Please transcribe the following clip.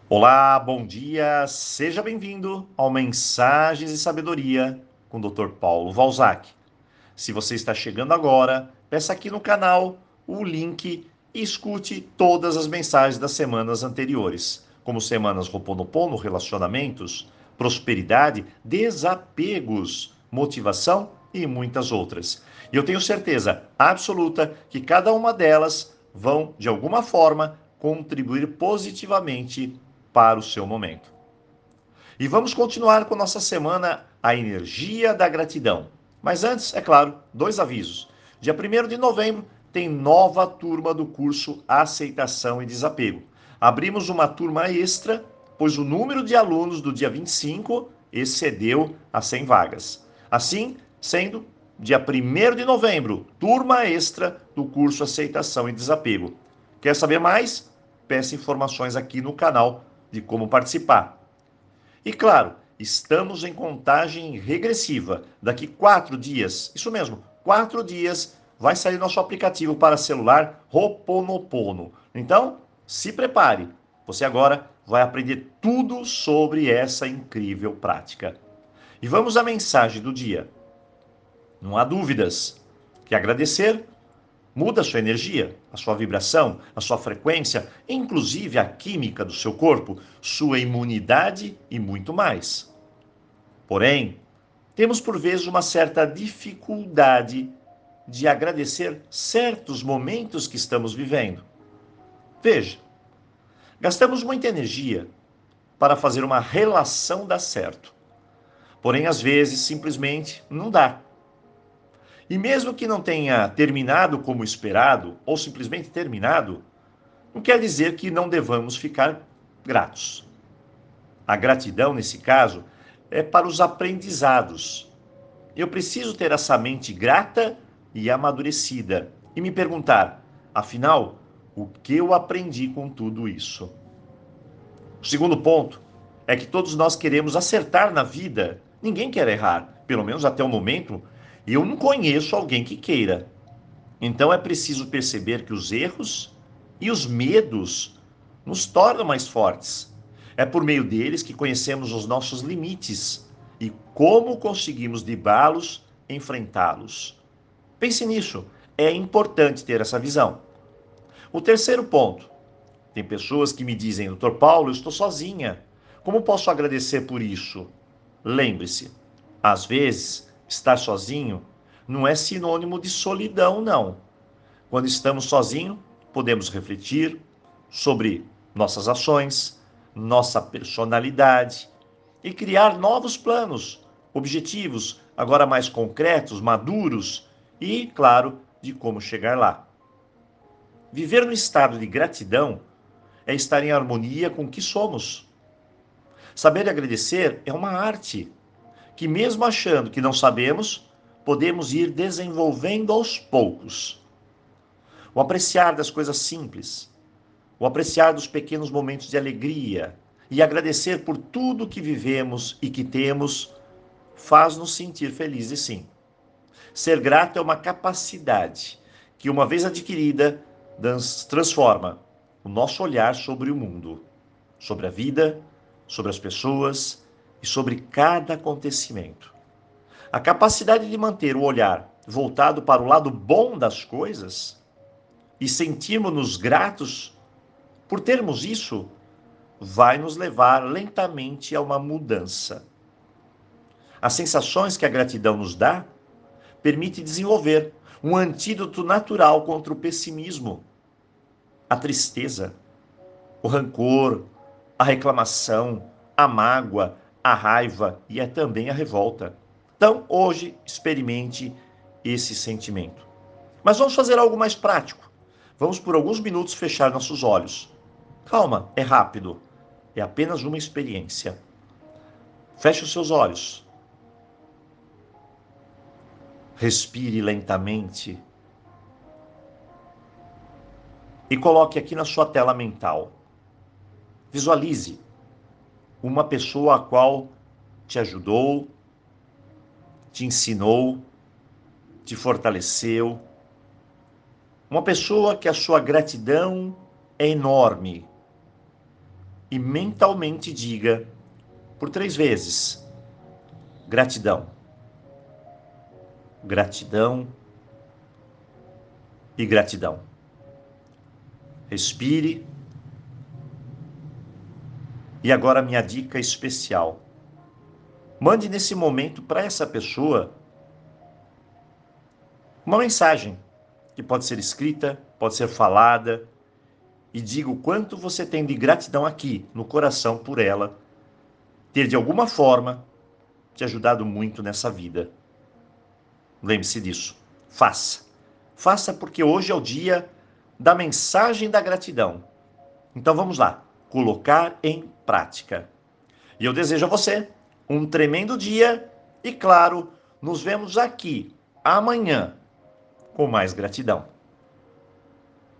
Olá, bom dia, seja bem-vindo ao Mensagens e Sabedoria com o Dr. Paulo Valzac. Se você está chegando agora, peça aqui no canal o link e escute todas as mensagens das semanas anteriores, como semanas Ho'oponopono, relacionamentos, prosperidade, desapegos, motivação e muitas outras. E eu tenho certeza absoluta que cada uma delas vão, de alguma forma, contribuir positivamente para o seu momento. E vamos continuar com nossa semana A Energia da Gratidão. Mas antes, é claro, dois avisos. Dia 1º de novembro tem nova turma do curso Aceitação e Desapego. Abrimos uma turma extra, pois o número de alunos do dia 25 excedeu as 100 vagas. Assim, sendo dia 1º de novembro, turma extra do curso Aceitação e Desapego. Quer saber mais? Peça informações aqui no canal de como participar. E claro, estamos em contagem regressiva. Daqui 4 dias, isso mesmo, 4 dias, vai sair nosso aplicativo para celular Ho'oponopono. Então, se prepare. Você agora vai aprender tudo sobre essa incrível prática. E vamos à mensagem do dia. Não há dúvidas que agradecer muda a sua energia, a sua vibração, a sua frequência, inclusive a química do seu corpo, sua imunidade e muito mais. Porém, temos por vezes uma certa dificuldade de agradecer certos momentos que estamos vivendo. Veja, gastamos muita energia para fazer uma relação dar certo. Porém, às vezes, simplesmente não dá. E mesmo que não tenha terminado como esperado, ou simplesmente terminado, não quer dizer que não devamos ficar gratos. A gratidão, nesse caso, é para os aprendizados. Eu preciso ter essa mente grata e amadurecida e me perguntar, afinal, o que eu aprendi com tudo isso? O segundo ponto é que todos nós queremos acertar na vida. Ninguém quer errar, pelo menos até o momento, e eu não conheço alguém que queira. Então é preciso perceber que os erros e os medos nos tornam mais fortes. É por meio deles que conhecemos os nossos limites e como conseguimos driblá-los, enfrentá-los. Pense nisso. É importante ter essa visão. O terceiro ponto. Tem pessoas que me dizem, Dr. Paulo, eu estou sozinha. Como posso agradecer por isso? Lembre-se, às vezes, estar sozinho não é sinônimo de solidão, não. Quando estamos sozinhos, podemos refletir sobre nossas ações, nossa personalidade e criar novos planos, objetivos, agora mais concretos, maduros e, claro, de como chegar lá. Viver no estado de gratidão é estar em harmonia com o que somos. Saber agradecer é uma arte que, mesmo achando que não sabemos, podemos ir desenvolvendo aos poucos. O apreciar das coisas simples, o apreciar dos pequenos momentos de alegria e agradecer por tudo que vivemos e que temos, faz-nos sentir felizes sim. Ser grato é uma capacidade que, uma vez adquirida, transforma o nosso olhar sobre o mundo, sobre a vida, sobre as pessoas e sobre cada acontecimento. A capacidade de manter o olhar voltado para o lado bom das coisas e sentirmos-nos gratos por termos isso, vai nos levar lentamente a uma mudança. As sensações que a gratidão nos dá permite desenvolver um antídoto natural contra o pessimismo, a tristeza, o rancor, a reclamação, a mágoa, a raiva e também a revolta. Então, hoje, experimente esse sentimento. Mas vamos fazer algo mais prático. Vamos por alguns minutos fechar nossos olhos. Calma, é rápido. É apenas uma experiência. Feche os seus olhos. Respire lentamente e coloque aqui na sua tela mental. Visualize uma pessoa a qual te ajudou, te ensinou, te fortaleceu. Uma pessoa que a sua gratidão é enorme. e mentalmente diga por 3 vezes: gratidão, gratidão e gratidão. Respire. E agora minha dica especial. Mande nesse momento para essa pessoa uma mensagem que pode ser escrita, pode ser falada, e diga o quanto você tem de gratidão aqui no coração por ela ter de alguma forma te ajudado muito nessa vida. Lembre-se disso. Faça. Faça porque hoje é o dia da mensagem da gratidão. Então vamos lá, colocar em prática. E eu desejo a você um tremendo dia e, claro, nos vemos aqui amanhã com mais gratidão.